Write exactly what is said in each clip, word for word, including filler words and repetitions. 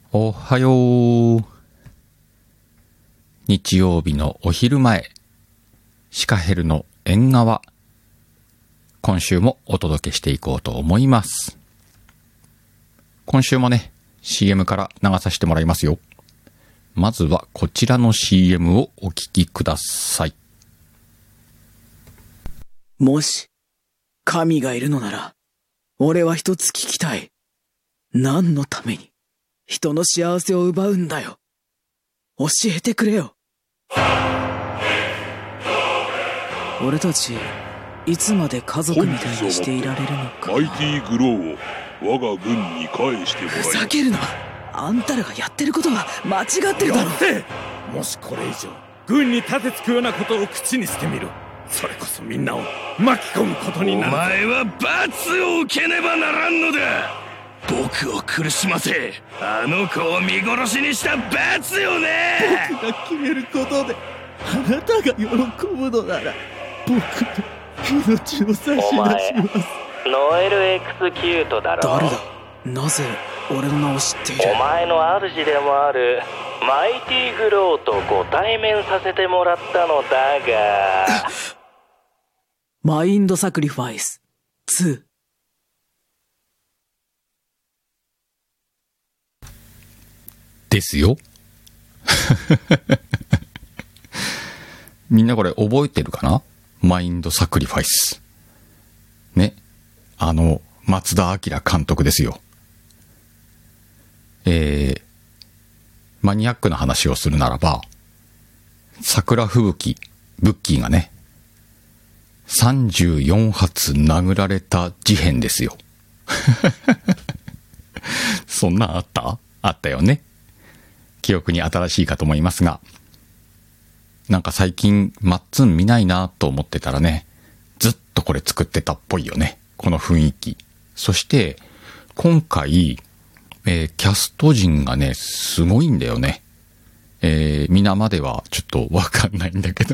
おはよう。日曜日のお昼前、シカヘルの縁側、今週もお届けしていこうと思います。今週もね、シーエム から流させてもらいますよ。まずはこちらの シーエム をお聞きください。 もし、神がいるのなら、俺は一つ聞きたい。何のために、人の幸せを奪うんだよ。教えてくれよ。俺たち、いつまで家族みたいにしていられるのか。 マイティーグローを我が軍に返してもらいます。 ふざけるな。あんたらがやってることは間違ってるだろ。 もしこれ以上軍に立てつくようなことを口にしてみろ。それこそみんなを巻き込むことになる。 お前は罰を受けねばならんのだ。僕を苦しませ、あの子を見殺しにした罰よね。 僕が決めることであなたが喜ぶのなら、僕の命を差し出します。 ノエル エックス キュートだろ。 誰だ。なぜ俺の名を知っている。 お前の主でもあるマイティグローとご対面させてもらったのだがマインドサクリファイスツーですよ。みんなこれ覚えてるかな？マインドサクリファイス。ね。あの、松田明監督ですよ。えー、マニアックな話をするならば、桜吹雪、ブッキーがね、さんじゅうよんはつ殴られた事変ですよ。そんなんあった？あったよね。記憶に新しいかと思いますが、なんか最近マッツン見ないなと思ってたらね、ずっとこれ作ってたっぽいよね、この雰囲気。そして今回、えー、キャスト陣がねすごいんだよね。えー、皆まではちょっとわかんないんだけど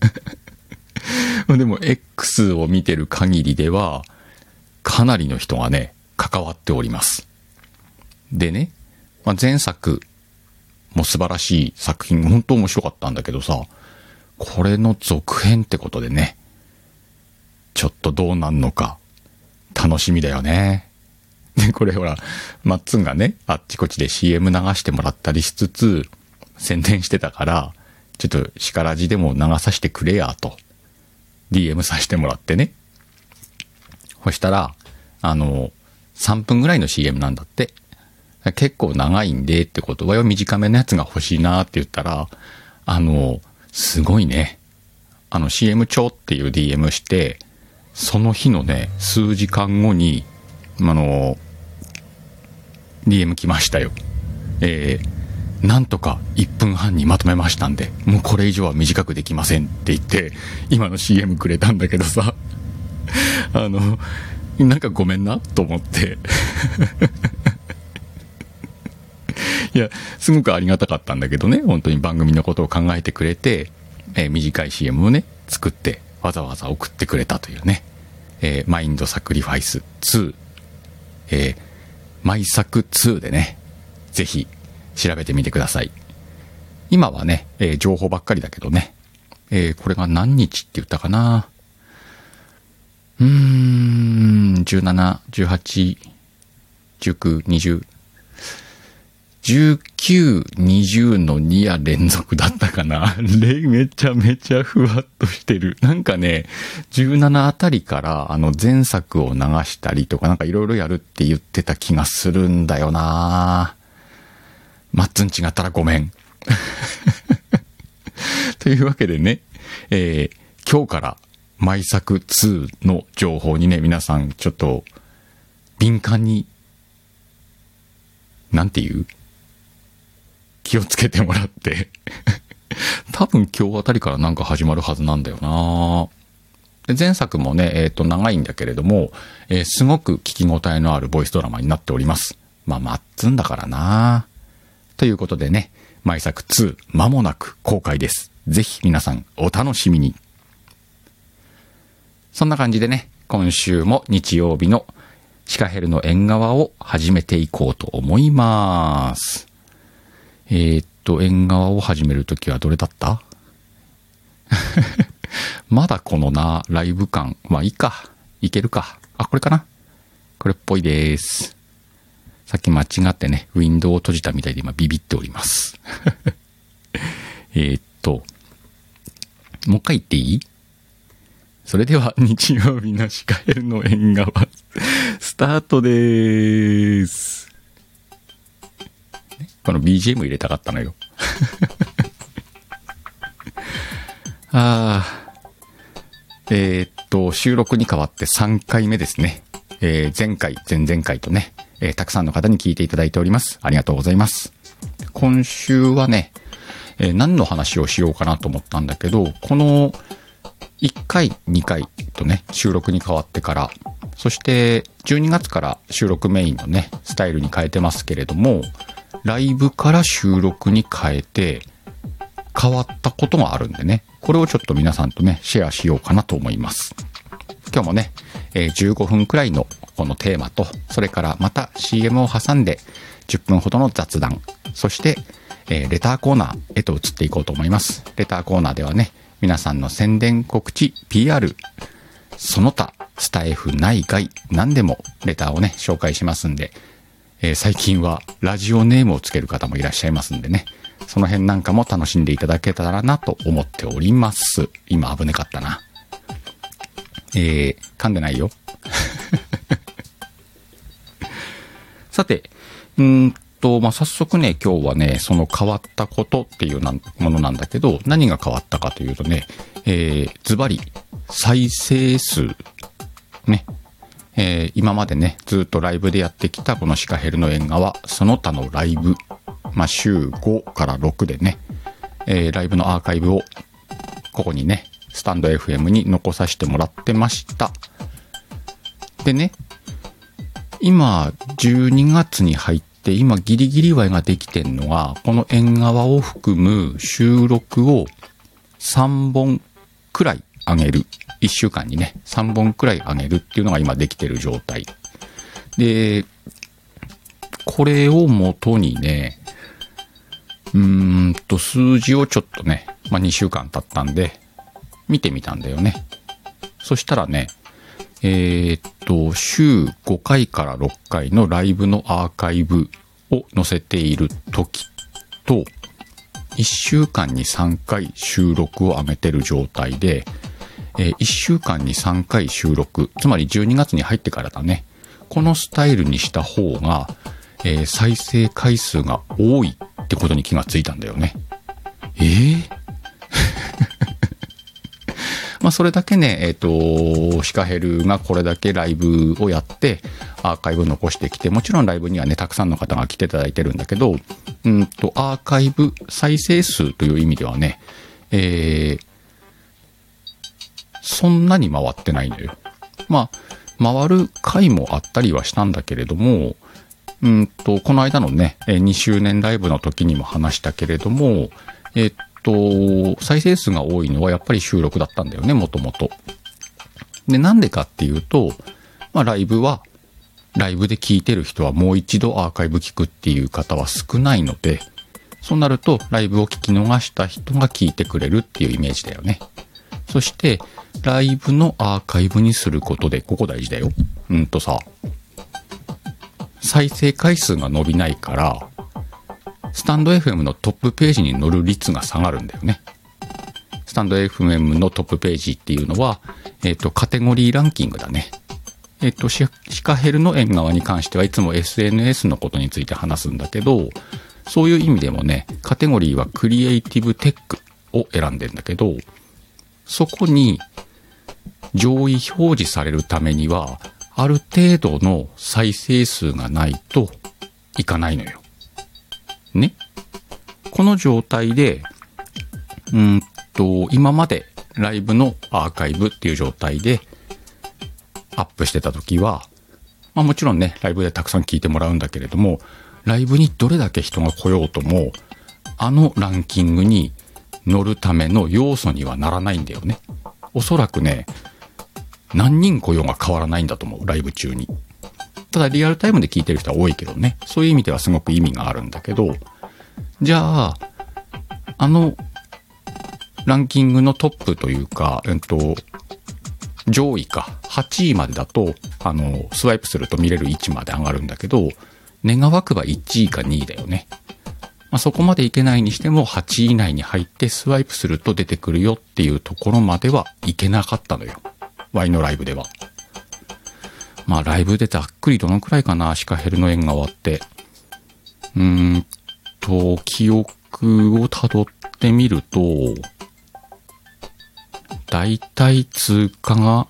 でも X を見てる限りではかなりの人がね関わっております。でね、まあ、前作もう素晴らしい作品、本当面白かったんだけどさ、これの続編ってことでね、ちょっとどうなんのか楽しみだよね。で、これほら、マッツンがね、あっちこっちで シーエム 流してもらったりしつつ、宣伝してたから、ちょっとしからじでも流させてくれやと、ディーエム させてもらってね。そしたら、あの、さんぷんぐらいの シーエム なんだって。結構長いんでってことはよ、短めのやつが欲しいなって言ったら、あのすごいね、あの シーエム 帳っていう ディーエム してその日のね数時間後にあの ディーエム 来ましたよ。えー、なんとかいっぷんはんにまとめましたんで、もうこれ以上は短くできませんって言って今の シーエム くれたんだけどさ、あのなんかごめんなと思っていや、すごくありがたかったんだけどね、本当に番組のことを考えてくれて、えー、短い シーエム をね、作って、わざわざ送ってくれたというね、えー、マインドサクリファイスツー、えー、マイサクツーでね、ぜひ調べてみてください。今はね、えー、情報ばっかりだけどね、えー、これが何日って言ったかな、うーん、じゅうなな、じゅうはち、じゅうきゅう、にじゅう、じゅうきゅう、にじゅうのに夜連続だったかな。めちゃめちゃふわっとしてる。なんかね、じゅうななあたりからあの前作を流したりとかなんかいろいろやるって言ってた気がするんだよな。マッツン違ったらごめん。というわけでね、えー、今日からマイサクツーの情報にね、皆さんちょっと敏感に、なんていう気をつけてもらって多分今日あたりからなんか始まるはずなんだよな。で前作もね、えっと長いんだけれども、えー、すごく聞き応えのあるボイスドラマになっております。まあマッツンだからな。ということでね、マイサクツー間もなく公開です。ぜひ皆さんお楽しみに。そんな感じでね、今週も日曜日のシカヘルの縁側を始めていこうと思います。 えー、っと、縁側を始めるときはどれだったまだこのな、ライブ感。まあいいか。いけるか。あ、これかな。これっぽいです。さっき間違ってね、ウィンドウを閉じたみたいで今ビビっております。えっと、もう一回言っていい？それでは日曜日のシカヘルの縁側、スタートでーす。この ビージーエム 入れたかったのよ。あー、えー、っと、収録に変わってさんかいめですね。えー、前回、前々回とね、えー、たくさんの方に聞いていただいております。ありがとうございます。今週はね、えー、何の話をしようかなと思ったんだけど、このいっかい、にかいとね、収録に変わってから、そしてじゅうにがつから収録メインのね、スタイルに変えてますけれども、ライブから収録に変えて変わったことがあるんでね、これをちょっと皆さんとね、シェアしようかなと思います。今日もね、えー、じゅうごふんくらいのこのテーマと、それからまた シーエム を挟んでじゅっぷんほどの雑談、そして、えー、レターコーナーへと移っていこうと思います。レターコーナーではね、皆さんの宣伝、告知、ピーアール、その他、スタイフ内外、何でもレターをね、紹介しますんで、えー、最近はラジオネームをつける方もいらっしゃいますんでね、その辺なんかも楽しんでいただけたらなと思っております。今危ねかったな。えー、噛んでないよ。さて、うーんと、まあ、早速ね、今日はね、その変わったことっていうなものなんだけど、何が変わったかというとね、えー、ズバリ、再生数。ね。えー、今までね、ずっとライブでやってきたこのシカヘルの縁側、その他のライブ、まあ、週ごからろくでね、えー、ライブのアーカイブを、ここにね、スタンド エフエム に残させてもらってました。でね、今、じゅうにがつに入って、今ギリギリ割ができてんのが、この縁側を含む収録をさんぼんくらい上げる。いっしゅうかんにね、さんぼんくらい上げるっていうのが今できてる状態。で、これを元にね、うーんと数字をちょっとね、まあ、にしゅうかん経ったんで、見てみたんだよね。そしたらね、えー、っと、週ごかいからろっかいのライブのアーカイブを載せている時と、いっしゅうかんにさんかい収録を上げてる状態で、えー、いっしゅうかんにさんかい収録、つまりじゅうにがつに入ってからだね。このスタイルにした方が、えー、再生回数が多いってことに気がついたんだよね。えーまあそれだけね、えっと、シカヘルがこれだけライブをやって、アーカイブ残してきて、もちろんライブにはね、たくさんの方が来ていただいてるんだけど、うんと、アーカイブ再生数という意味ではね、えー、そんなに回ってないのよ。まあ、回る回もあったりはしたんだけれども、うんと、この間のね、にしゅうねんライブの時にも話したけれども、えっと、再生数が多いのはやっぱり収録だったんだよね、もともと。で、なんでかっていうと、まあ、ライブは、ライブで聞いてる人はもう一度アーカイブ聞くっていう方は少ないので、そうなると、ライブを聞き逃した人が聞いてくれるっていうイメージだよね。そして、ライブのアーカイブにすることで、ここ大事だよ。うんとさ、再生回数が伸びないから、スタンド エフエム のトップページに載る率が下がるんだよね。スタンド エフエム のトップページっていうのは、えっと、カテゴリーランキングだね。えっと、シカヘルの縁側に関してはいつも エスエヌエス のことについて話すんだけど、そういう意味でもね、カテゴリーはクリエイティブテックを選んでんだけど、そこに上位表示されるためには、ある程度の再生数がないといかないのよ。ね。この状態で、うんと、今までライブのアーカイブっていう状態でアップしてた時は、まあもちろんね、ライブでたくさん聞いてもらうんだけれども、ライブにどれだけ人が来ようとも、あのランキングに乗るための要素にはならないんだよね。おそらくね、何人来ようが変わらないんだと思う、ライブ中に。ただリアルタイムで聞いてる人は多いけどね、そういう意味ではすごく意味があるんだけど、 じゃあ、あの、ランキングのトップというか、えっと、上位か、はちいまでだと、あの、スワイプすると見れる位置まで上がるんだけど、願わくばいちいかにいだよね。まあ、そこまでいけないにしても、はちい以内に入ってスワイプすると出てくるよっていうところまではいけなかったのよ。ワイのライブでは。まあ、ライブでざっくりどのくらいかな、シカヘルの縁側って。うーんと、記憶をたどってみると、だいたい通過が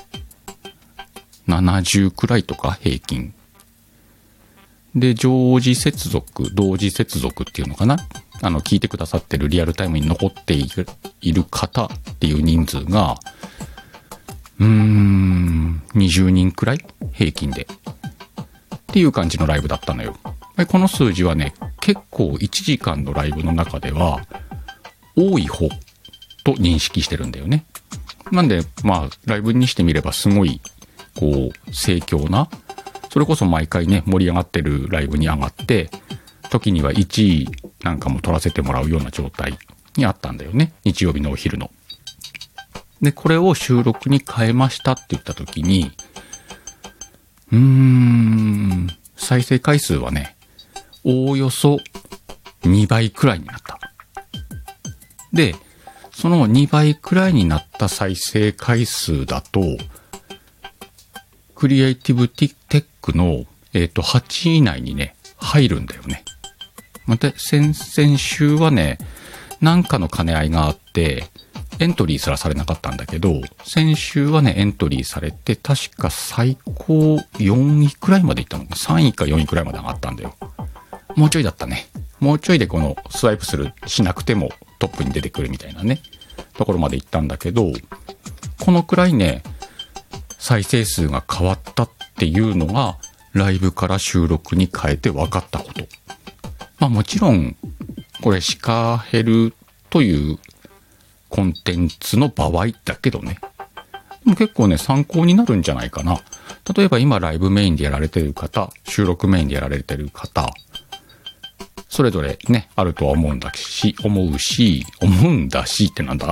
ななじゅうくらいとか平均。で、常時接続、同時接続っていうのかな、あの、聞いてくださってるリアルタイムに残っている、いる方っていう人数が、うーん、にじゅうにんくらい平均で。っていう感じのライブだったのよ。この数字はね、結構いちじかんのライブの中では、多い方と認識してるんだよね。なんで、まあ、ライブにしてみればすごい、こう、盛況な、それこそ毎回ね、盛り上がってるライブに上がって、時にはいちいなんかも取らせてもらうような状態にあったんだよね。日曜日のお昼の。で、これを収録に変えましたって言った時に、うーん、再生回数はね、おおよそにばいくらいになった。で、そのにばいくらいになった再生回数だと、クリエイティブテックの、えっと、はちい以内にね、入るんだよね。また、先々週はね、なんかの兼ね合いがあって、エントリーすらされなかったんだけど、先週はね、エントリーされて、確か最高よんいくらいまでいったのか、さんいかよんいくらいまで上がったんだよ。もうちょいだったね。もうちょいでこのスワイプする、しなくてもトップに出てくるみたいなね、ところまで行ったんだけど、このくらいね、再生数が変わったっていうのが、ライブから収録に変えて分かったこと。まあもちろん、これシカヘルというコンテンツの場合だけどね。でも結構ね、参考になるんじゃないかな。例えば今ライブメインでやられてる方、収録メインでやられてる方、それぞれね、あるとは思うんだし、思うし、思うんだしってなんだ。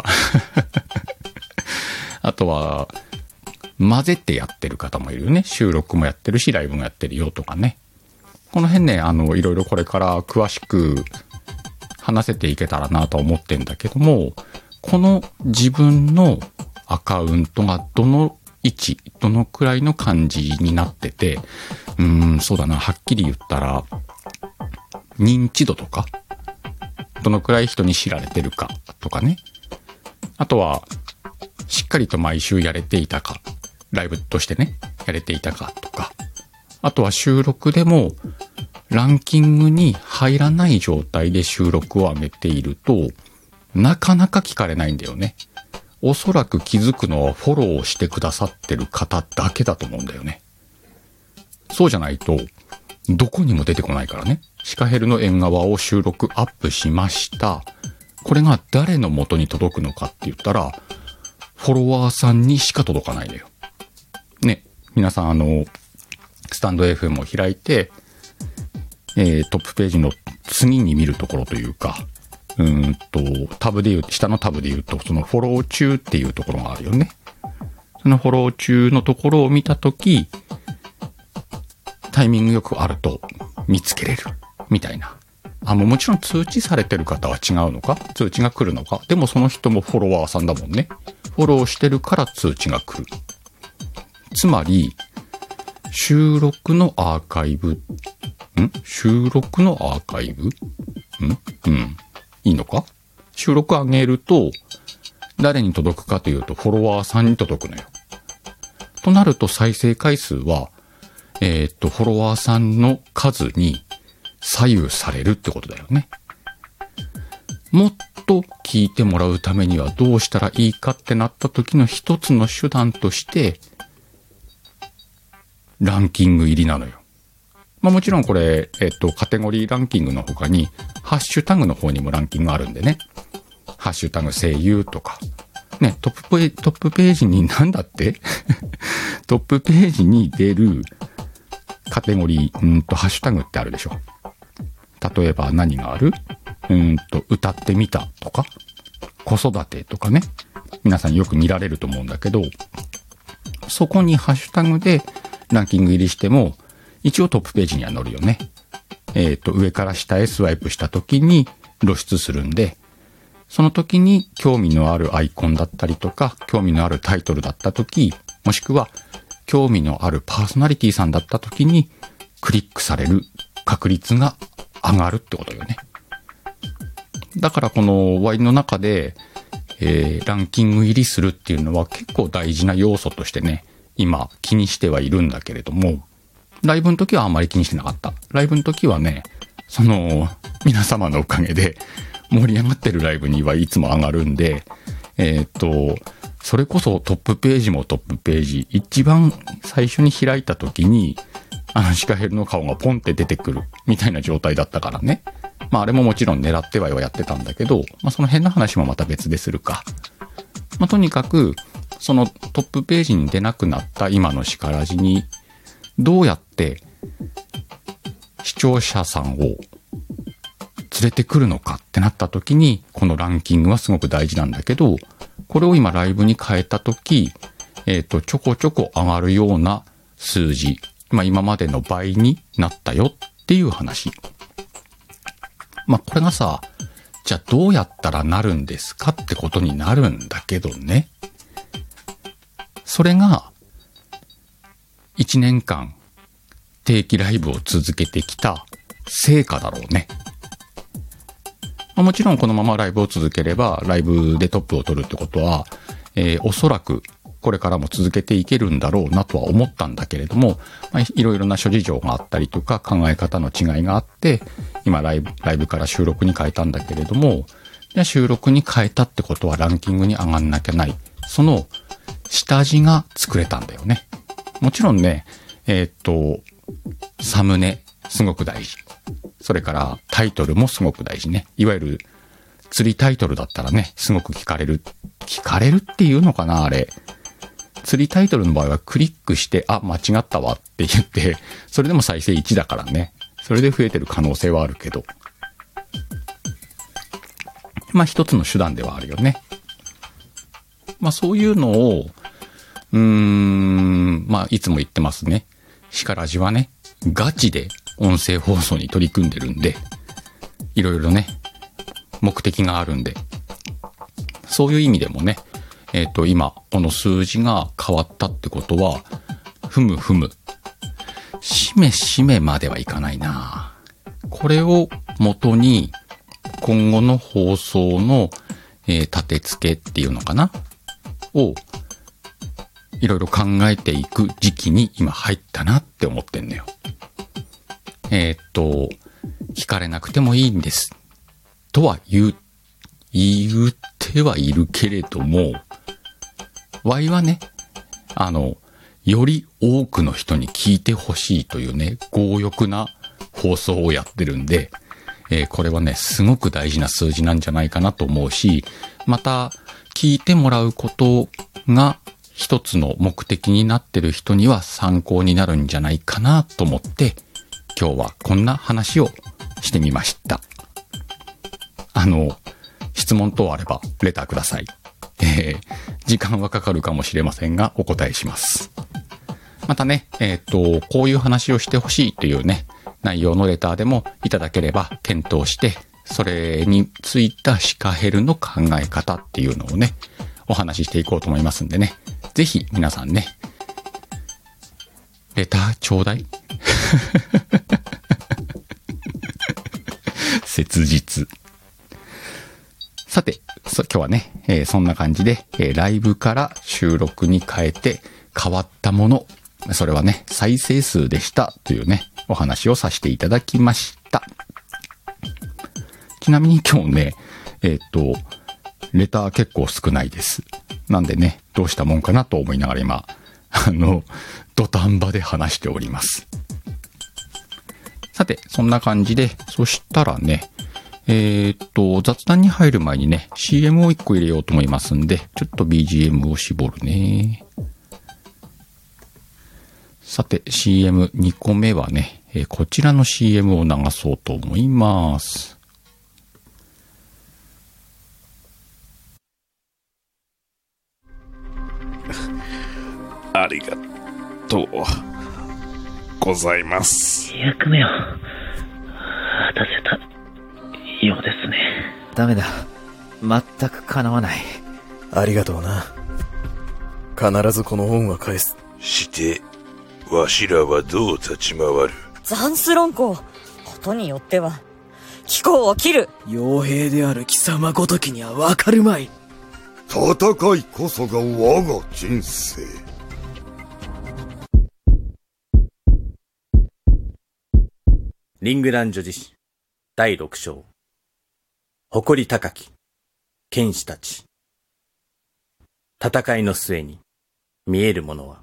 あとは、混ぜてやってる方もいるよね。収録もやってるし、ライブもやってるよとかね。この辺ね、あの、いろいろこれから詳しく話せていけたらなと思ってんだけども、この自分のアカウントがどの位置、どのくらいの感じになってて、うーん、そうだな、はっきり言ったら、認知度とか、どのくらい人に知られてるかとかね。あとは、しっかりと毎週やれていたか、ライブとしてね、やれていたかとか、あとは収録でも、ランキングに入らない状態で収録を上げていると、なかなか聞かれないんだよね。おそらく気づくのはフォローしてくださってる方だけだと思うんだよね。そうじゃないと、どこにも出てこないからね。シカヘルの縁側を収録アップしました。これが誰の元に届くのかって言ったら、フォロワーさんにしか届かないのよ。ね。皆さんあの、スタンド エフエム を開いて、えー、トップページの次に見るところというか、うーんと、タブで言う、下のタブで言うと、そのフォロー中っていうところがあるよね。そのフォロー中のところを見たとき、タイミングよくあると見つけれる。みたいな。あ、もうもちろん通知されてる方は違うのか？通知が来るのか？でもその人もフォロワーさんだもんね。フォローしてるから通知が来る。つまり、収録のアーカイブ、ん？収録のアーカイブ？ん？うん。いいのか？収録上げると、誰に届くかというと、フォロワーさんに届くのよ。となると再生回数は、えーっと、フォロワーさんの数に左右されるってことだよね。もっと聞いてもらうためにはどうしたらいいかってなった時の一つの手段として、ランキング入りなのよ。まあもちろんこれ、えっと、カテゴリーランキングの他に、ハッシュタグの方にもランキングあるんでね。ハッシュタグ声優とか。ね、トップページ、トップページになんだってトップページに出るカテゴリー、うんと、ハッシュタグってあるでしょ。例えば何がある？ うーんと、歌ってみたとか、子育てとかね、皆さんよく見られると思うんだけど、そこにハッシュタグでランキング入りしても、一応トップページには載るよね。えっと、上から下へスワイプした時に露出するんで、その時に興味のあるアイコンだったりとか、興味のあるタイトルだった時、もしくは興味のあるパーソナリティさんだった時にクリックされる確率が上がるってことよね。だからこのワイの中で、えー、ランキング入りするっていうのは結構大事な要素としてね、今気にしてはいるんだけれども、ライブの時はあんまり気にしてなかった。ライブの時はね、その皆様のおかげで盛り上がってるライブにはいつも上がるんで、えー、っと、それこそトップページもトップページ、一番最初に開いた時に、あのシカヘルの顔がポンって出てくるみたいな状態だったからね。まああれももちろん狙ってはやってたんだけど、まあその辺の話もまた別でするか。まあとにかく、そのトップページに出なくなった今のシカラジに、どうやって視聴者さんを連れてくるのかってなった時に、このランキングはすごく大事なんだけど、これを今ライブに変えた時、えっと、ちょこちょこ上がるような数字、まあ今までの倍になったよっていう話。まあこれがさ、じゃあどうやったらなるんですかってことになるんだけどね。それが、いちねんかん定期ライブを続けてきた成果だろうね。まあ、もちろんこのままライブを続ければ、ライブでトップを取るってことは、えー、おそらくこれからも続けていけるんだろうなとは思ったんだけれども、まあ、いろいろな諸事情があったりとか考え方の違いがあって、今ライブ、ライブから収録に変えたんだけれども、じゃあ収録に変えたってことはランキングに上がんなきゃない。その下地が作れたんだよね。もちろんね、えー、っと、サムネ、すごく大事。それからタイトルもすごく大事ね。いわゆる釣りタイトルだったらね、すごく聞かれる。聞かれるっていうのかな、あれ。釣りタイトルの場合はクリックして、あ、間違ったわって言って、それでも再生いちだからね。それで増えてる可能性はあるけど。まあ一つの手段ではあるよね。まあそういうのを、うーん、まあいつも言ってますね。シカラジはね、ガチで音声放送に取り組んでるんで、いろいろね、目的があるんで、そういう意味でもね、えっと、今、この数字が変わったってことは、ふむふむ。しめしめまではいかないな。これを元に、今後の放送の、えー、立て付けっていうのかなを、いろいろ考えていく時期に今入ったなって思ってんのよ。えー、っと、聞かれなくてもいいんです。とは言う、言ってはいるけれども、ワイはね、あの、より多くの人に聞いてほしいというね、強欲な放送をやってるんで、えー、これはね、すごく大事な数字なんじゃないかなと思うし、また、聞いてもらうことが一つの目的になってる人には参考になるんじゃないかなと思って、今日はこんな話をしてみました。あの、質問等あればレターください。えー、時間はかかるかもしれませんがお答えします。またね、えっと、こういう話をしてほしいというね、内容のレターでもいただければ検討して、それについたシカヘルの考え方っていうのをね、お話ししていこうと思いますんでね、ぜひ皆さんね、レターちょうだい切実。さて、そ今日はね、えー、そんな感じで、えー、ライブから収録に変えて変わったもの、それはね、再生数でしたというね、お話をさせていただきました。ちなみに今日ね、えー、っと、レター結構少ないです。なんでね、どうしたもんかなと思いながら今、あの、土壇場で話しております。さて、そんな感じで、そしたらね、えー、っと、雑談に入る前にね、シーエム をいっこ入れようと思いますんで、ちょっと ビージーエム を絞るね。さて、シーエムに 個目はね、えー、こちらの シーエム を流そうと思います。 ありがとうございます。 役目を果たせたようですね。 ダメだ。全く叶わない。 ありがとうな。必ずこの恩は返す。 して、わしらはどう立ち回る？ ザンスロン公、ことによっては、貴公を切る。 傭兵である貴様ごときにはわかるまい。 戦いこそが我が人生。 リングラン女子史だいろく章。誇り高き剣士たち。戦いの末に見えるものは。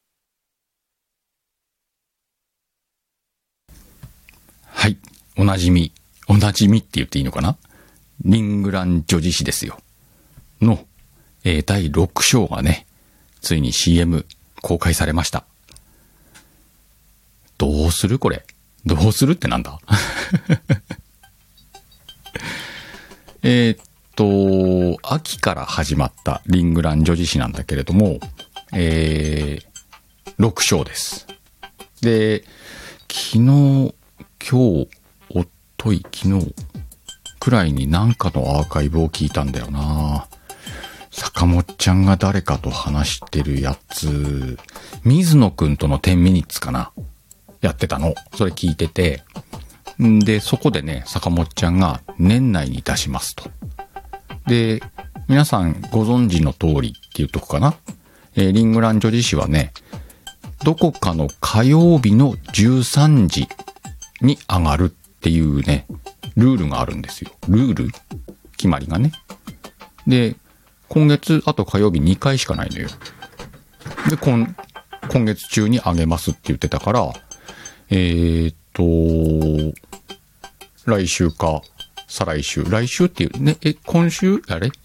はい。おなじみ。おなじみって言っていいのかな？リングラン女子史ですよ。の、えー、だいろく章がね、ついに シーエム 公開されました。どうするこれ。どうするってなんだえっと、秋から始まったリングラン女子史なんだけれども、えー、ろく章です。で、昨日、今日、おっとい、昨日くらいになんかのアーカイブを聞いたんだよな。坂本ちゃんが誰かと話してるやつ、水野くんとのじゅうミニッツかな。やってたの。それ聞いてて。んで、そこでね、坂本ちゃんが年内に出しますと。で、皆さんご存知の通りっていうとこかな。えー、リングラン女子史はね、どこかの火曜日のじゅうさんじに上がるっていうね、ルールがあるんですよ。ルール？決まりがね。で、今月、あと火曜日にかいしかないのよ。で、今、今月中に上げますって言ってたから、えーっと、来週か、再来週。来週っていう、ね、え、今週あれ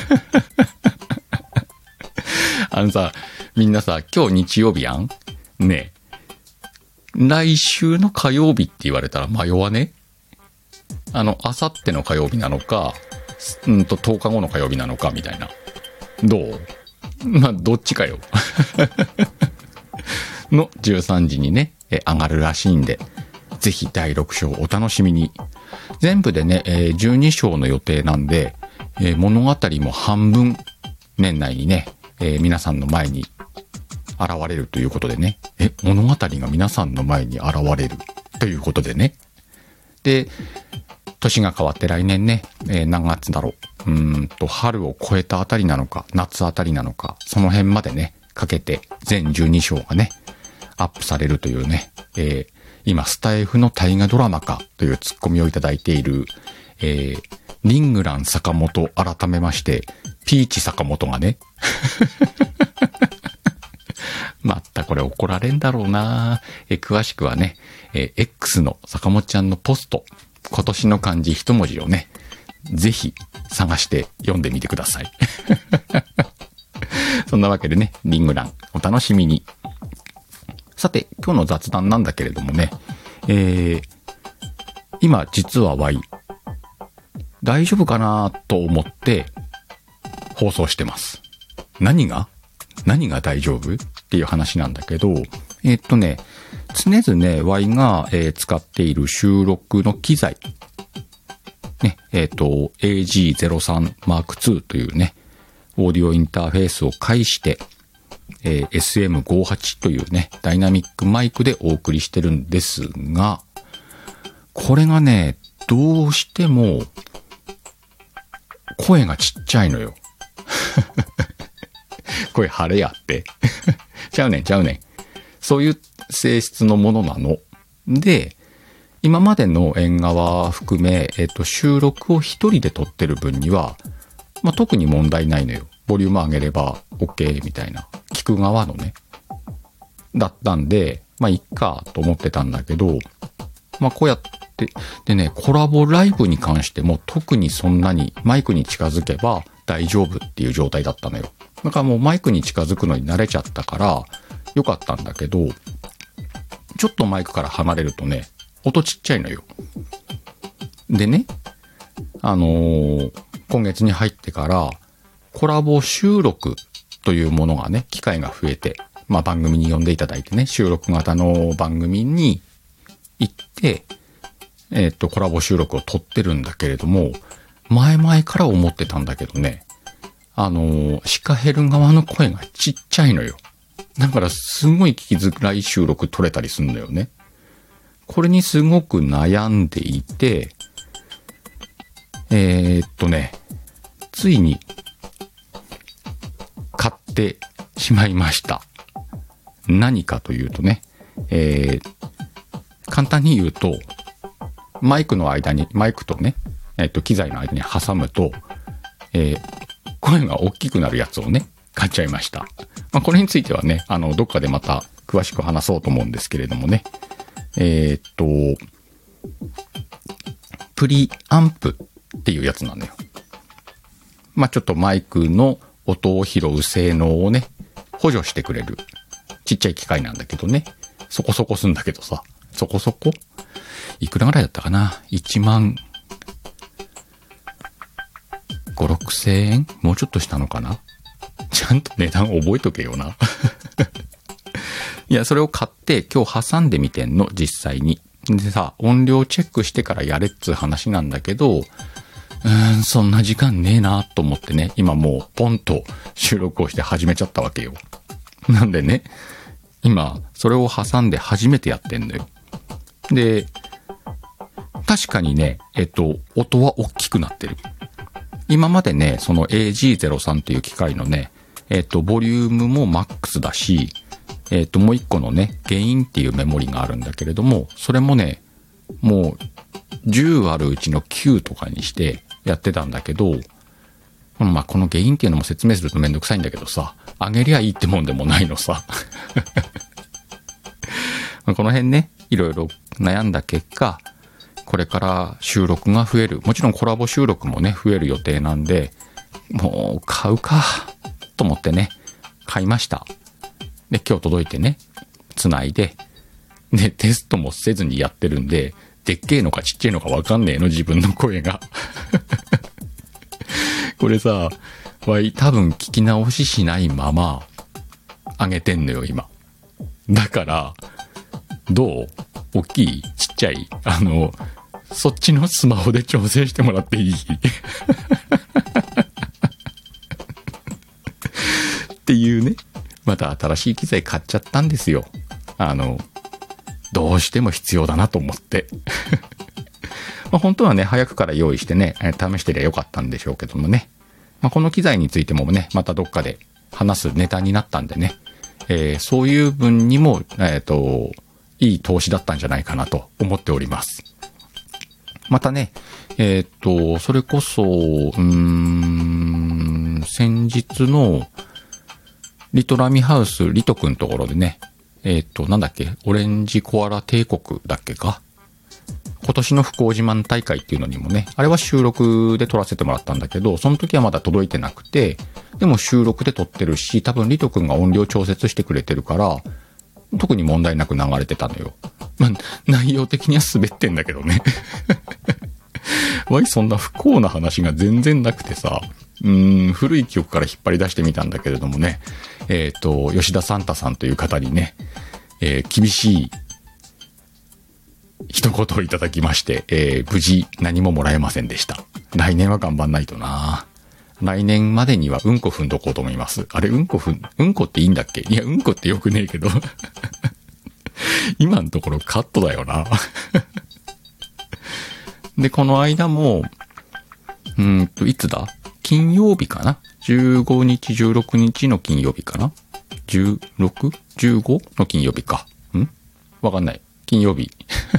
あのさ、みんなさ、今日日曜日やんねえ。来週の火曜日って言われたら迷わね？あの、あさっての火曜日なのか、うんととおかごの火曜日なのかみたいな。どう？まあ、どっちかよ。のじゅうさんじにね、え上がるらしいんで、ぜひだいろく章お楽しみに。全部でね、えー、じゅうに章の予定なんで、えー、物語も半分年内にね、えー、皆さんの前に現れるということでね、え、物語が皆さんの前に現れるということでね。で、年が変わって来年ね、えー、何月だろう。うーんと、春を超えたあたりなのか、夏あたりなのか、その辺までね、かけて全じゅうに章がね、アップされるというね、えー、今スタイフの大河ドラマかというツッコミをいただいている、えー、リングラン坂本改めまして、ピーチ坂本がね、まったこれ怒られんだろうな。えー、詳しくはね、えー、X の坂本ちゃんのポスト、今年の漢字一文字をね、ぜひ探して読んでみてください。そんなわけでね、リングランお楽しみに。さて、今日の雑談なんだけれどもね、えー、今実は Y、大丈夫かなと思って放送してます。何が何が大丈夫っていう話なんだけど、えー、っとね、常々 Y が、えー、使っている収録の機材、ね、えー、っと、エージーゼロさんマークツー というね、オーディオインターフェースを介して、えー、エスエムごじゅうはち というね、ダイナミックマイクでお送りしてるんですが、これがね、どうしても、声がちっちゃいのよ。声晴れやって。ちゃうねん、ちゃうねん。そういう性質のものなの。で、今までの縁側含め、えっと、収録を一人で撮ってる分には、まあ、特に問題ないのよ。ボリューム上げれば OK みたいな。聞く側のね。だったんで、まあ、いっかと思ってたんだけど、まあ、こうやって、でね、コラボライブに関しても特にそんなにマイクに近づけば大丈夫っていう状態だったのよ。だからもうマイクに近づくのに慣れちゃったからよかったんだけど、ちょっとマイクから離れるとね、音ちっちゃいのよ。でね、あのー、今月に入ってからコラボ収録というものがね、機会が増えて、 まあ番組に呼んでいただいてね、収録型の番組に行って、えっと、コラボ収録を撮ってるんだけれども、前々から思ってたんだけどね、あの、シカヘル側の声がちっちゃいのよ。だからすごい聞きづらい収録撮れたりするんだよね。これにすごく悩んでいて、えー、っとね、ついに買ってしまいました。何かというとね、えー、簡単に言うと、マイクの間に、マイクとね、えっと、機材の間に挟むと、えー、声が大きくなるやつをね、買っちゃいました。まあ、これについてはね、あの、どっかでまた詳しく話そうと思うんですけれどもね。えー、っと、プリアンプっていうやつなのよ。まあ、ちょっとマイクの音を拾う性能をね、補助してくれるちっちゃい機械なんだけどね。そこそこすんだけどさ、そこそこいくらぐらいだったかな ?いちまんご、ろくせんえんもうちょっとしたのかな。ちゃんと値段覚えとけよな。いや、それを買って今日挟んでみてんの、実際に。でさ、音量チェックしてからやれっつう話なんだけど、うーん、そんな時間ねえなと思ってね、今もうポンと収録をして始めちゃったわけよ。なんでね、今、それを挟んで初めてやってんだよ。で、確かにね、えっと、音は大きくなってる。今までね、その エージーゼロさん っていう機械のね、えっと、ボリュームもマックスだし、えっと、もう一個のね、ゲインっていうメモリがあるんだけれども、それもね、もう、じゅうあるうちのきゅうとかにしてやってたんだけど、まあ、このゲインっていうのも説明するとめんどくさいんだけどさ、上げりゃいいってもんでもないのさ。この辺ね、いろいろ悩んだ結果、これから収録が増える。もちろんコラボ収録もね、増える予定なんで、もう買うか、と思ってね、買いました。で、今日届いてね、繋いで、で、テストもせずにやってるんで、でっけえのかちっちゃいのかわかんねえの、自分の声が。これさ、わい多分聞き直ししないまま、上げてんのよ、今。だから、どう？大きい？ちっちゃい？あの、そっちのスマホで調整してもらっていい？っていうね。また新しい機材買っちゃったんですよ。あの、どうしても必要だなと思って。まあ本当はね、早くから用意してね、試してりゃよかったんでしょうけどもね。まあ、この機材についてもね、またどっかで話すネタになったんでね、えー、そういう分にも、えっと、いい投資だったんじゃないかなと思っております。またね、えっと、それこそ、うーん、先日の、リトラミハウス、リトくんところでね、えっと、なんだっけ、オレンジコアラ帝国だっけか。今年の不幸自慢大会っていうのにもね、あれは収録で撮らせてもらったんだけど、その時はまだ届いてなくて、でも収録で撮ってるし、多分リトくんが音量調節してくれてるから、特に問題なく流れてたのよ。まあ、内容的には滑ってんだけどね。わい、そんな不幸な話が全然なくてさ、うーん、古い記憶から引っ張り出してみたんだけれどもね、えっと、吉田サンタさんという方にね、えー、厳しい一言をいただきまして、えー、無事何ももらえませんでした。来年は頑張んないとな。来年までにはうんこ踏んどこうと思います。あれ、うんこ踏ん、うんこっていいんだっけ？いや、うんこってよくねえけど。今のところカットだよな。で、この間も、うーんと、いつだ？金曜日かな？ じゅうごにち、じゅうろくにちの金曜日かな？ じゅうろく？じゅうご の金曜日か。ん？わかんない。金曜日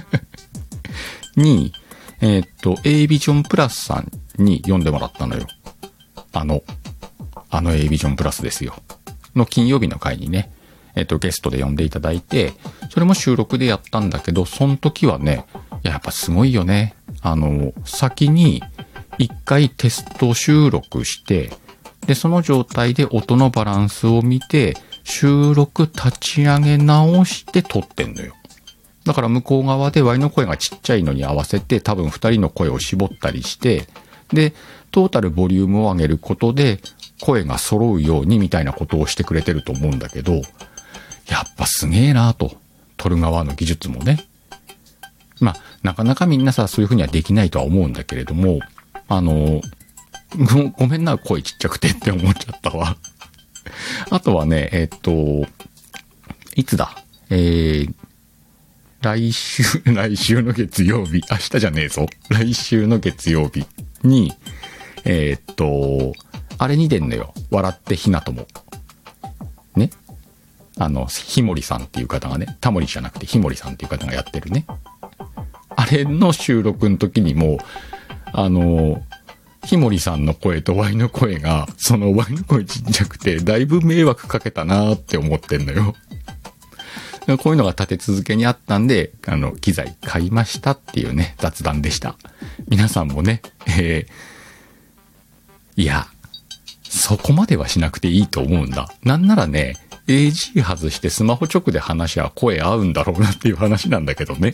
に、えー、っと、A ビジョンプラスさんに読んでもらったのよ。あの、あの A ビジョンプラスですよ。の金曜日の回にね、えー、っと、ゲストで呼んでいただいて、それも収録でやったんだけど、その時はね、いや、やっぱすごいよね。あの、先に一回テスト収録して、で、その状態で音のバランスを見て、収録立ち上げ直して撮ってんのよ。だから向こう側で Y の声がちっちゃいのに合わせて多分ふたりの声を絞ったりして、で、トータルボリュームを上げることで声が揃うようにみたいなことをしてくれてると思うんだけど、 やっぱすげえなと。撮る側の技術もね。まあ、なかなかみんなさ、そういう風にはできないとは思うんだけれども、あの、ご、ごめんな、声ちっちゃくてって思っちゃったわ。あとはね、えっと、いつだえー、来週、来週の月曜日、明日じゃねえぞ。来週の月曜日に、えー、っと、あれに出んのよ。笑ってひなとも。ね。あの、ひもりさんっていう方がね、タモリじゃなくてひもりさんっていう方がやってるね。あれの収録の時にも、あの、ひもりさんの声とワイの声が、そのワイの声ちっちゃくて、だいぶ迷惑かけたなーって思ってんのよ。こういうのが立て続けにあったんで、あの、機材買いましたっていうね、雑談でした。皆さんもね、えー、いや、そこまではしなくていいと思うんだ。なんならね、エージー 外してスマホ直で話しゃ声合うんだろうなっていう話なんだけどね。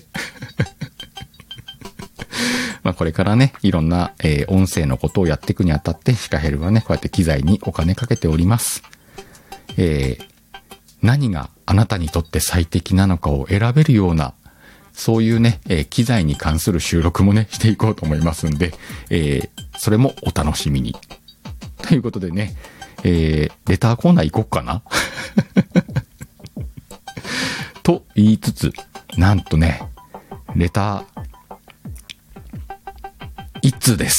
まあこれからね、いろんな、えー、音声のことをやっていくにあたって、シカヘルはね、こうやって機材にお金かけております。えー、何があなたにとって最適なのかを選べるような、そういうね、えー、機材に関する収録もね、していこうと思いますんで、えー、それもお楽しみに。ということでね、えー、レターコーナー行こっかなと言いつつ、なんとね、レター、一通です。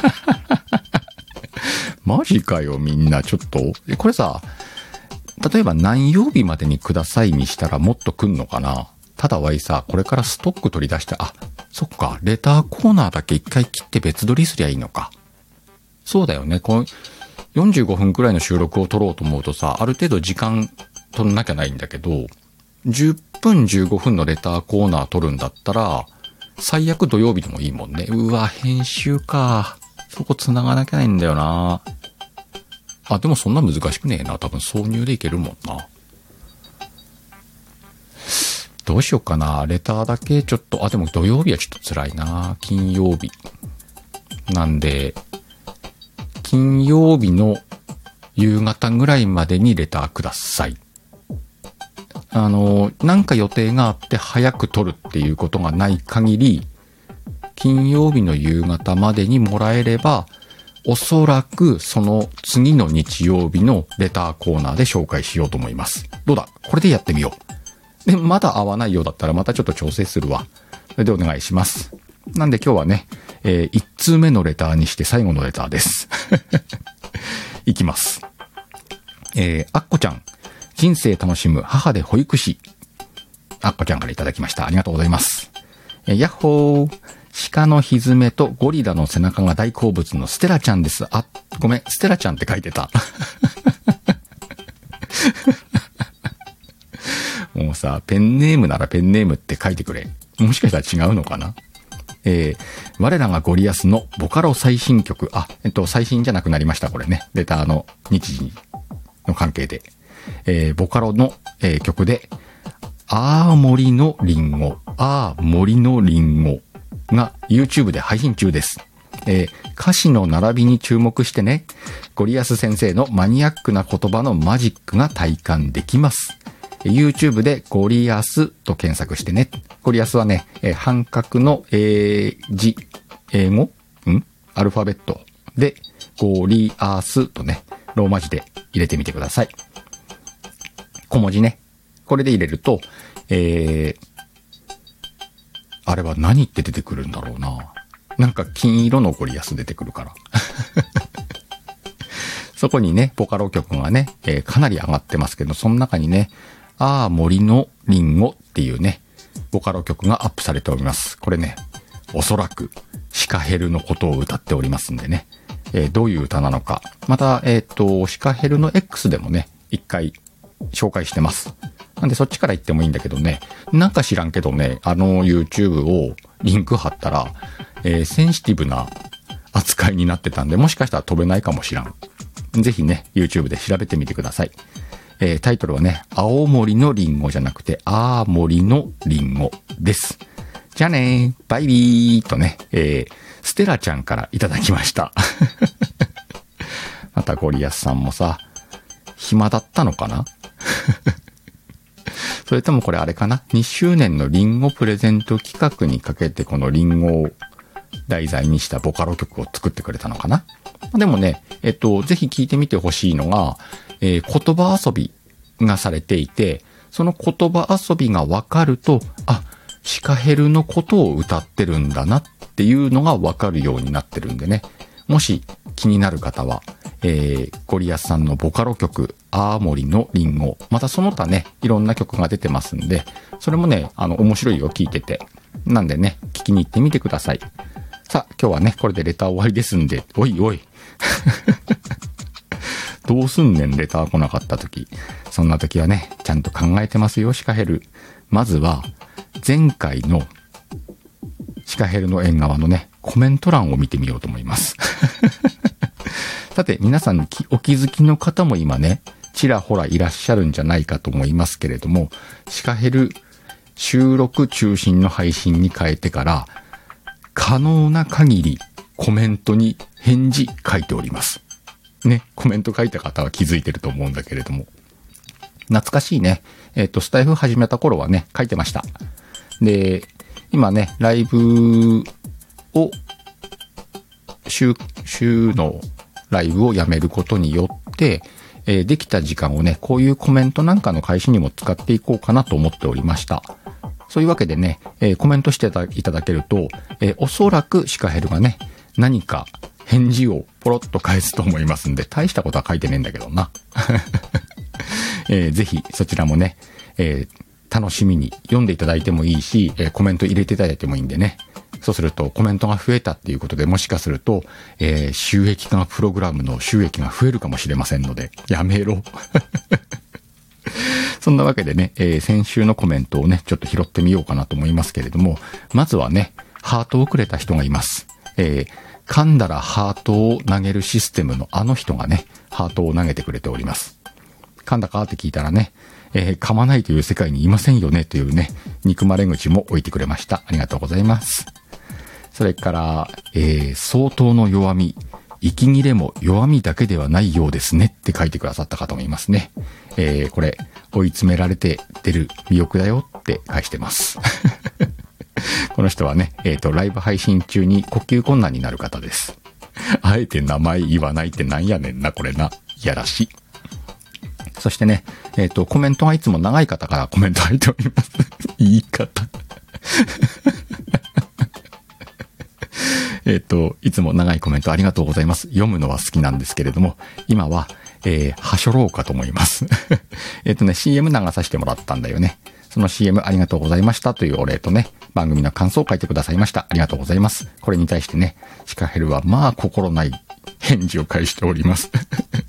マジかよ、みんな。ちょっと、これさ、例えば何曜日までにくださいにしたらもっと来んのかな。ただわいさ、これからストック取り出して、あ、そっか、レターコーナーだけ一回切って別撮りすりゃいいのか。そうだよね。このよんじゅうごふんくらいの収録を撮ろうと思うとさ、ある程度時間取んなきゃないんだけど、じゅっぷんじゅうごふんのレターコーナー撮るんだったら、最悪土曜日でもいいもんね。うわ、編集か。そこ繋がなきゃないんだよな。あ、でもそんな難しくねえな。多分挿入でいけるもんな。どうしようかな。レターだけちょっと、あ、でも土曜日はちょっと辛いな。金曜日。なんで、金曜日の夕方ぐらいまでにレターください。あの、なんか予定があって早く撮るっていうことがない限り、金曜日の夕方までにもらえれば、おそらくその次の日曜日のレターコーナーで紹介しようと思います。どうだ？これでやってみよう。で、まだ合わないようだったらまたちょっと調整するわ。それでお願いします。なんで今日はね、えー、いち通目のレターにして最後のレターです。いきます。えー、あっこちゃん。人生楽しむ母で保育士。あっこちゃんからいただきました。ありがとうございます。えー、やっほー。鹿のひずめとゴリラの背中が大好物のステラちゃんです。あ、ごめん、ステラちゃんって書いてた。もうさ、ペンネームならペンネームって書いてくれ。もしかしたら違うのかな。えー、我らがゴリアスのボカロ最新曲。あ、えっと、最新じゃなくなりました、これね。レターの日時の関係で。えー、ボカロの、えー、曲で、あー森のリンゴ、あー森のリンゴが YouTube で配信中です。えー、歌詞の並びに注目してね。ゴリアス先生のマニアックな言葉のマジックが体感できます。YouTube でゴリアスと検索してね。ゴリアスはね、えー、半角の、えー、字、英語んアルファベットでゴリアスとね、ローマ字で入れてみてください。小文字ね。これで入れると、えー、あれは何って出てくるんだろうな。なんか金色のゴリアス出てくるから。そこにね、ボカロ曲がね、えー、かなり上がってますけど、その中にね、あー森のリンゴっていうね、ボカロ曲がアップされております。これね、おそらくシカヘルのことを歌っておりますんでね、えー、どういう歌なのか。また、えっと、シカヘルの X でもね、一回紹介してます。なんでそっちから言ってもいいんだけどね、なんか知らんけどね、あの YouTube をリンク貼ったら、えー、センシティブな扱いになってたんで、もしかしたら飛べないかもしらん。ぜひね、YouTube で調べてみてください。えー、タイトルはね、青森のリンゴじゃなくて、あー森のリンゴです。じゃあねー、バイビーとね、えー、ステラちゃんからいただきました。またゴリアスさんもさ、暇だったのかなそれともこれあれかな ?に 周年のリンゴプレゼント企画にかけてこのリンゴを題材にしたボカロ曲を作ってくれたのかな。でもね、えっと、ぜひ聞いてみてほしいのが、えー、言葉遊びがされていて、その言葉遊びがわかると、あ、シカヘルのことを歌ってるんだなっていうのがわかるようになってるんでね。もし気になる方は、えー、ゴリアスさんのボカロ曲、青森のリンゴ、またその他ね、いろんな曲が出てますんで、それもね、あの、面白いよ、聞いてて。なんでね、聞きに行ってみてください。さあ、今日はね、これでレター終わりですんで、おいおい。どうすんねん、レター来なかった時。そんな時はね、ちゃんと考えてますよ、シカヘル。まずは、前回のシカヘルの縁側のね、コメント欄を見てみようと思います。さて、皆さんお気づきの方も今ね、ちらほらいらっしゃるんじゃないかと思いますけれども、シカヘル収録中心の配信に変えてから、可能な限りコメントに返事書いております。ね、コメント書いた方は気づいてると思うんだけれども。懐かしいね。えっと、スタイフ始めた頃はね、書いてました。で、今ね、ライブを、週、週のライブをやめることによって、えー、できた時間をね、こういうコメントなんかの開始にも使っていこうかなと思っておりました。そういうわけでね、えー、コメントしていただけると、えー、おそらくシカヘルがね、何か返事をポロッと返すと思いますんで、大したことは書いてねえんだけどな。えー、ぜひそちらもね、えー、楽しみに読んでいただいてもいいし、えー、コメント入れていただいてもいいんでね。そうするとコメントが増えたっていうことで、もしかすると、えー、収益化プログラムの収益が増えるかもしれませんので、やめろ。そんなわけでね、えー、先週のコメントをね、ちょっと拾ってみようかなと思いますけれども、まずはね、ハートをくれた人がいます。えー、噛んだらハートを投げるシステムのあの人がね、ハートを投げてくれております。噛んだかって聞いたらね、えー、噛まないという世界にいませんよねというね、憎まれ口も置いてくれました。ありがとうございます。それから、えー、相当の弱み、息切れも弱みだけではないようですねって書いてくださった方もいますね。えー、これ、追い詰められて出る魅力だよって返してます。この人はね、えっと、ライブ配信中に呼吸困難になる方です。あえて名前言わないってなんやねんな、これな。いやらしい。そしてね、えっと、コメントがいつも長い方からコメント入っております。言い方。えっと、いつも長いコメントありがとうございます。読むのは好きなんですけれども、今は、えー、はしょろうかと思います。えっとね、シーエム 流させてもらったんだよね。その シーエム ありがとうございましたというお礼とね、番組の感想を書いてくださいました。ありがとうございます。これに対してね、シカヘルはまあ心ない返事を返しております。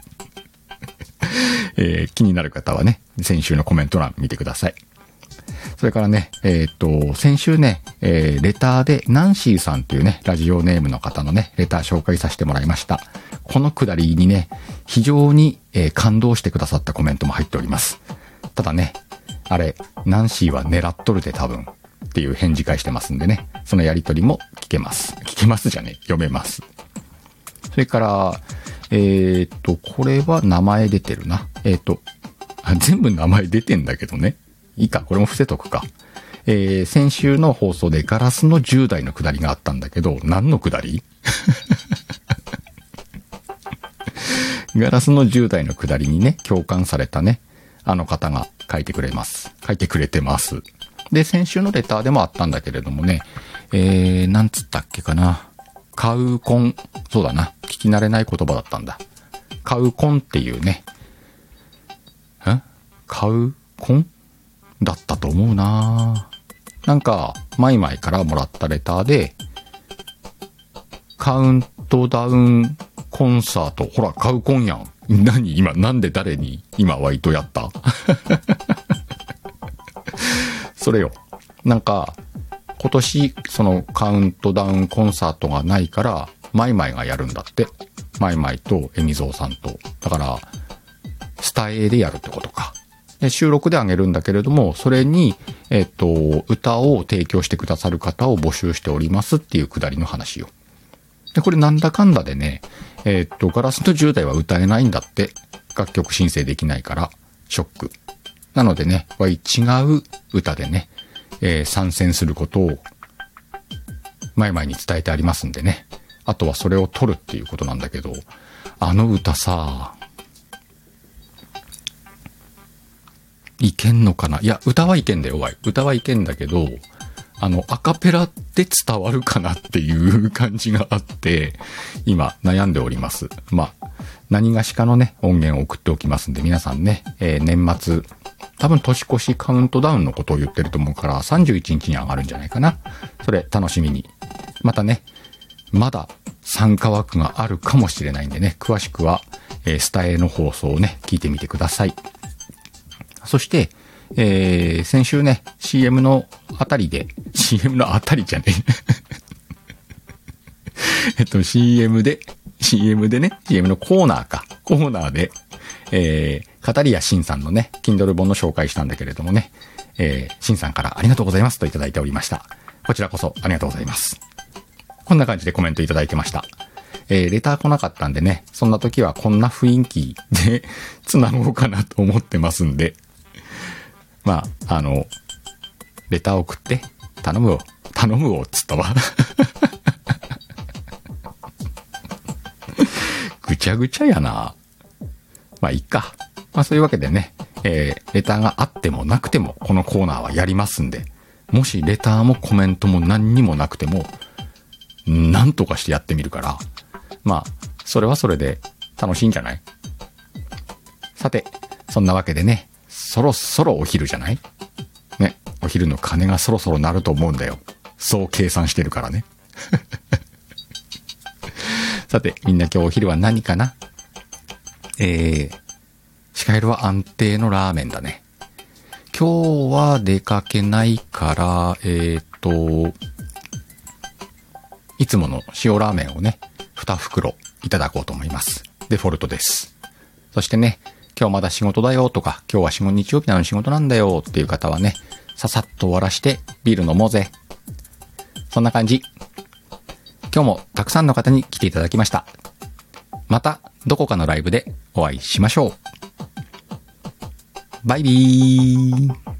えー、気になる方はね、先週のコメント欄見てください。それからね、えっと、先週ね、えー、レターでナンシーさんというね、ラジオネームの方のね、レター紹介させてもらいました。このくだりにね、非常に、えー、感動してくださったコメントも入っております。ただね、あれ、ナンシーは狙っとるで多分っていう返事返してますんでね、そのやりとりも聞けます。聞けますじゃね、読めます。それから、えー、っと、これは名前出てるな。えー、っと、全部名前出てんだけどね。いいか、これも伏せとくか。えー、先週の放送でガラスのじゅう代のくだりがあったんだけど、何のくだりガラスのじゅう代のくだりにね、共感されたね、あの方が書いてくれます。書いてくれてます。で、先週のレターでもあったんだけれどもね、えー、なんつったっけかな。カウコン。そうだな。聞き慣れない言葉だったんだ。カウコンっていうね。んカウコンだったと思うな。なんか、マイマイからもらったレターで、カウントダウンコンサート。ほら、カウコンやん。何今、なんで誰に今ワイトやったそれよ。なんか、今年、そのカウントダウンコンサートがないから、マイマイがやるんだって。マイマイとエミゾーさんと。だから、スタエでやるってことか。で収録であげるんだけれども、それに、えっと、歌を提供してくださる方を募集しておりますっていうくだりの話よ。で、これなんだかんだでね、えっと、ガラスのじゅう代は歌えないんだって。楽曲申請できないから、ショック。 なのでね、違う歌でね、えー、参戦することを前々に伝えてありますんでね。あとはそれを取るっていうことなんだけど、あの歌さ、いけんのかな。いや、歌はいけんだよ、おい。歌はいけんだけど、あの、アカペラで伝わるかなっていう感じがあって、今悩んでおります。まあ、何がしかのね、音源を送っておきますんで、皆さんね、えー、年末、多分年越しカウントダウンのことを言ってると思うから、さんじゅういちにちに上がるんじゃないかな。それ、楽しみに。またね、まだ参加枠があるかもしれないんでね、詳しくは、えー、スタエの放送をね、聞いてみてください。そして、えー、先週ね、シーエム のあたりで、シーエム のあたりじゃねえ。えっと、シーエム で、シーエム でね、シーエム のコーナーか。コーナーで、えー、カタリアシンさんのね、Kindle 本の紹介したんだけれどもね、えー、シンさんからありがとうございますといただいておりました。こちらこそありがとうございます。こんな感じでコメントいただいてました。えー、レター来なかったんでね、そんな時はこんな雰囲気で繋ごうかなと思ってますんで、まあ、あの、レター送って、頼むを、頼むをっつったわ。ぐちゃぐちゃやな。まあ、いいか。まあ、そういうわけでね、えー、レターがあってもなくても、このコーナーはやりますんで、もしレターもコメントも何にもなくても、なんとかしてやってみるから、まあ、それはそれで楽しいんじゃない？さて、そんなわけでね、そろそろお昼じゃない？ね、お昼の鐘がそろそろ鳴ると思うんだよ。そう計算してるからね。さて、みんな今日お昼は何かな？えー、シカヘルは安定のラーメンだね。今日は出かけないから、えーと、いつもの塩ラーメンをね、に袋いただこうと思います。デフォルトです。そしてね、今日まだ仕事だよとか、今日は仕事日曜日なのに仕事なんだよっていう方はね、ささっと終わらしてビール飲もうぜ。そんな感じ。今日もたくさんの方に来ていただきました。またどこかのライブでお会いしましょう。バイビー。